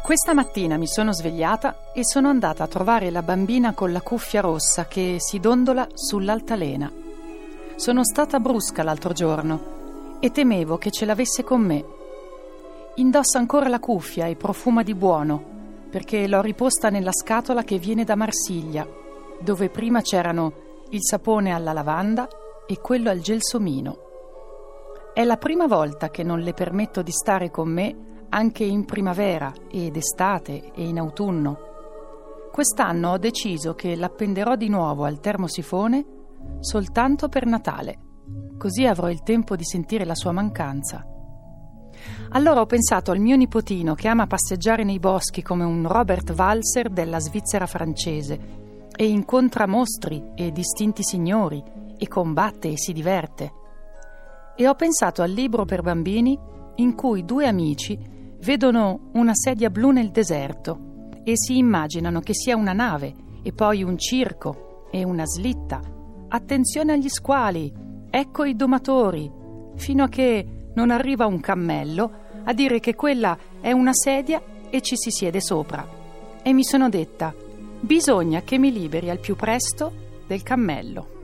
Questa mattina mi sono svegliata e sono andata a trovare la bambina con la cuffia rossa che si dondola sull'altalena. Sono stata brusca l'altro giorno e temevo che ce l'avesse con me. Indossa ancora la cuffia e profuma di buono, perché l'ho riposta nella scatola che viene da Marsiglia, dove prima c'erano il sapone alla lavanda e quello al gelsomino. È la prima volta che non le permetto di stare con me anche in primavera ed estate e in autunno. Quest'anno ho deciso che l'appenderò di nuovo al termosifone soltanto per Natale, così avrò il tempo di sentire la sua mancanza. Allora ho pensato al mio nipotino che ama passeggiare nei boschi come un Robert Walser della Svizzera francese e incontra mostri e distinti signori e combatte e si diverte. E ho pensato al libro per bambini in cui due amici vedono una sedia blu nel deserto e si immaginano che sia una nave e poi un circo e una slitta. Attenzione agli squali, ecco i domatori, fino a che non arriva un cammello a dire che quella è una sedia e ci si siede sopra. E mi sono detta: bisogna che mi liberi al più presto del cammello.